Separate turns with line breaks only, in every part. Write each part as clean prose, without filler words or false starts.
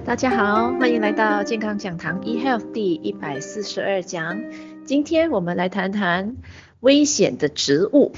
大家好，欢迎来到健康讲堂 eHealth 第142讲。今天我们来谈谈危险的植物。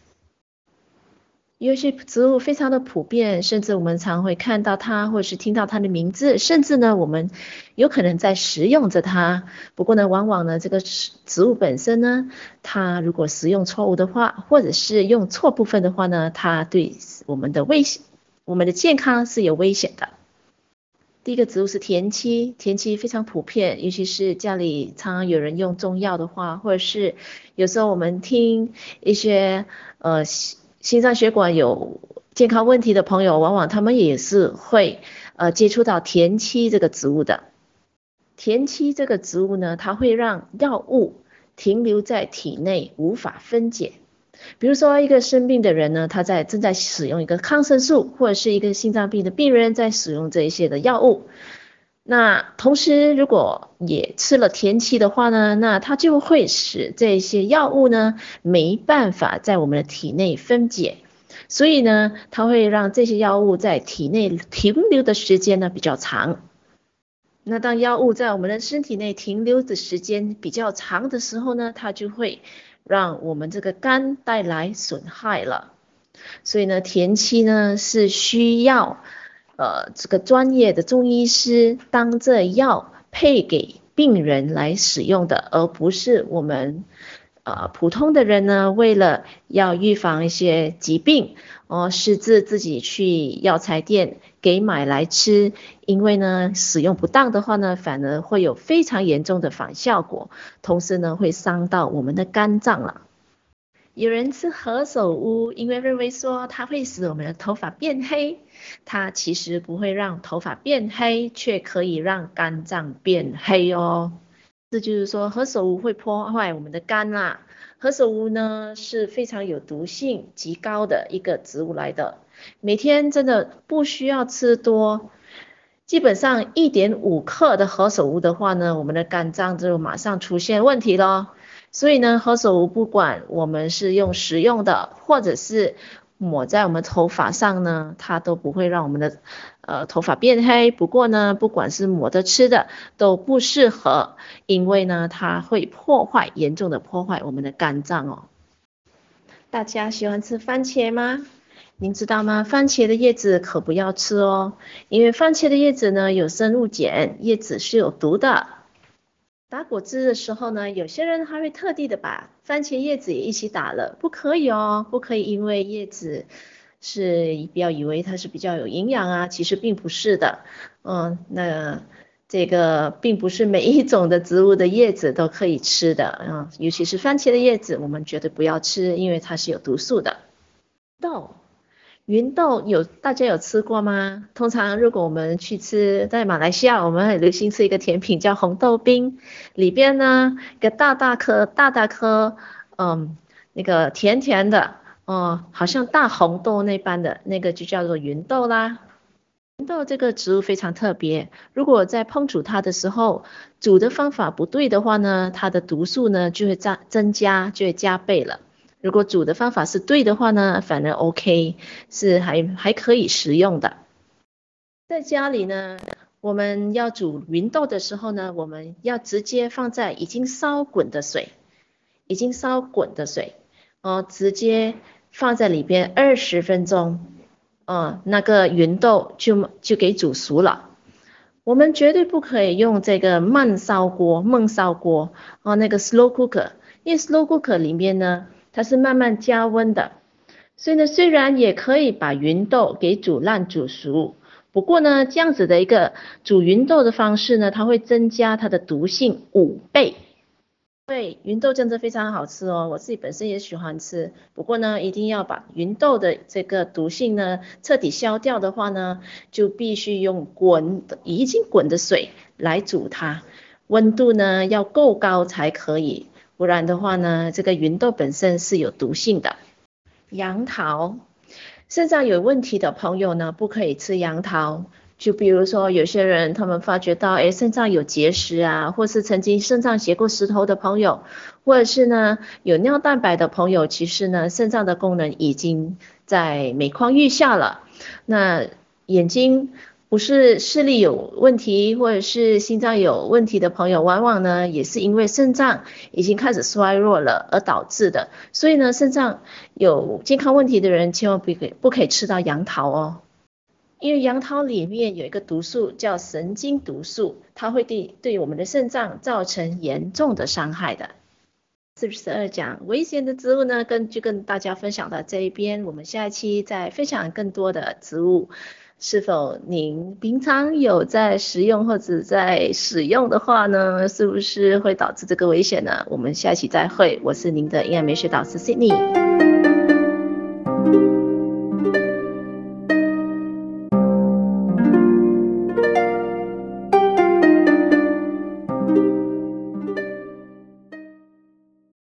有些植物非常的普遍，甚至我们常会看到它，或是听到它的名字，甚至呢，我们有可能在食用着它。不过呢，往往呢，这个植物本身呢，它如果食用错误的话，或者是用错部分的话呢，它对我们的健康是有危险的。第一个植物是田七，田七非常普遍，尤其是家里常常有人用中药的话，或者是有时候我们听一些心脏血管有健康问题的朋友，往往他们也是会接触到田七这个植物的。田七这个植物呢，它会让药物停留在体内，无法分解。比如说一个生病的人呢，他正在使用一个抗生素，或者是一个心脏病的病人在使用这一些的药物。那同时如果也吃了田七的话呢，那它就会使这些药物呢没办法在我们的体内分解，所以呢它会让这些药物在体内停留的时间呢比较长。那当药物在我们的身体内停留的时间比较长的时候呢，它就会让我们这个肝带来损害了。所以呢，田七呢是需要这个专业的中医师当这药配给病人来使用的，而不是我们普通的人呢，为了要预防一些疾病，私自己去药材店给买来吃，因为呢，使用不当的话呢，反而会有非常严重的反效果，同时呢，会伤到我们的肝脏了。有人吃何首乌，因为认为说它会使我们的头发变黑，它其实不会让头发变黑，却可以让肝脏变黑哦。这就是说何首乌会破坏我们的肝啦。何首乌呢是非常有毒性极高的一个植物来的，每天真的不需要吃多，基本上1.5克的何首乌的话呢，我们的肝脏就马上出现问题咯。所以呢，何首乌不管我们是用食用的，或者是抹在我们头发上呢，它都不会让我们的头发变黑。不过呢，不管是抹的吃的都不适合，因为呢，它会严重的破坏我们的肝脏哦。大家喜欢吃番茄吗？您知道吗？番茄的叶子可不要吃哦，因为番茄的叶子呢有生物碱，叶子是有毒的。打果汁的时候呢，有些人还会特地的把番茄叶子也一起打了，不可以哦，不可以，因为叶子是不要以为它是比较有营养啊，其实并不是的。那这个并不是每一种的植物的叶子都可以吃的，尤其是番茄的叶子，我们绝对不要吃，因为它是有毒素的。芸豆大家有吃过吗？通常如果我们去吃，在马来西亚我们很流行吃一个甜品叫红豆冰，里边呢一个大大颗，那个甜甜的，好像大红豆那般的那个就叫做芸豆啦。芸豆这个植物非常特别，如果在烹煮它的时候，煮的方法不对的话呢，它的毒素呢就会增加，就会加倍了。如果煮的方法是对的话呢，反而 OK， 是还可以食用的。在家里呢，我们要煮芸豆的时候呢，我们要直接放在已经烧滚的水，直接放在里边20分钟，那个芸豆就给煮熟了。我们绝对不可以用这个焖烧锅，那个 slow cooker， 因为 slow cooker 里面呢，它是慢慢加温的，所以呢，虽然也可以把芸豆给煮烂煮熟，不过呢，这样子的一个煮芸豆的方式呢，它会增加它的毒性5倍。对，芸豆真的非常好吃哦，我自己本身也喜欢吃。不过呢，一定要把芸豆的这个毒性呢彻底消掉的话呢，就必须用已经滚的水来煮它，温度呢要够高才可以，不然的话呢，这个芸豆本身是有毒性的。杨桃，肾脏有问题的朋友呢，不可以吃杨桃。就比如说有些人他们发觉到，肾脏有结石啊，或是曾经肾脏结过石头的朋友，或者是呢有尿蛋白的朋友，其实呢肾脏的功能已经在每况愈下了。那眼睛不是视力有问题或者是心脏有问题的朋友，往往呢也是因为肾脏已经开始衰弱了而导致的。所以呢，肾脏有健康问题的人千万不可以吃到杨桃哦，因为杨桃里面有一个毒素叫神经毒素，它会对我们的肾脏造成严重的伤害的。42讲危险的植物呢，就跟大家分享到这一边，我们下一期再分享更多的植物。是否您平常有在食用或者在使用的话呢，是不是会导致这个危险呢？我们下期再会，我是您的营养美学导师 Sydney。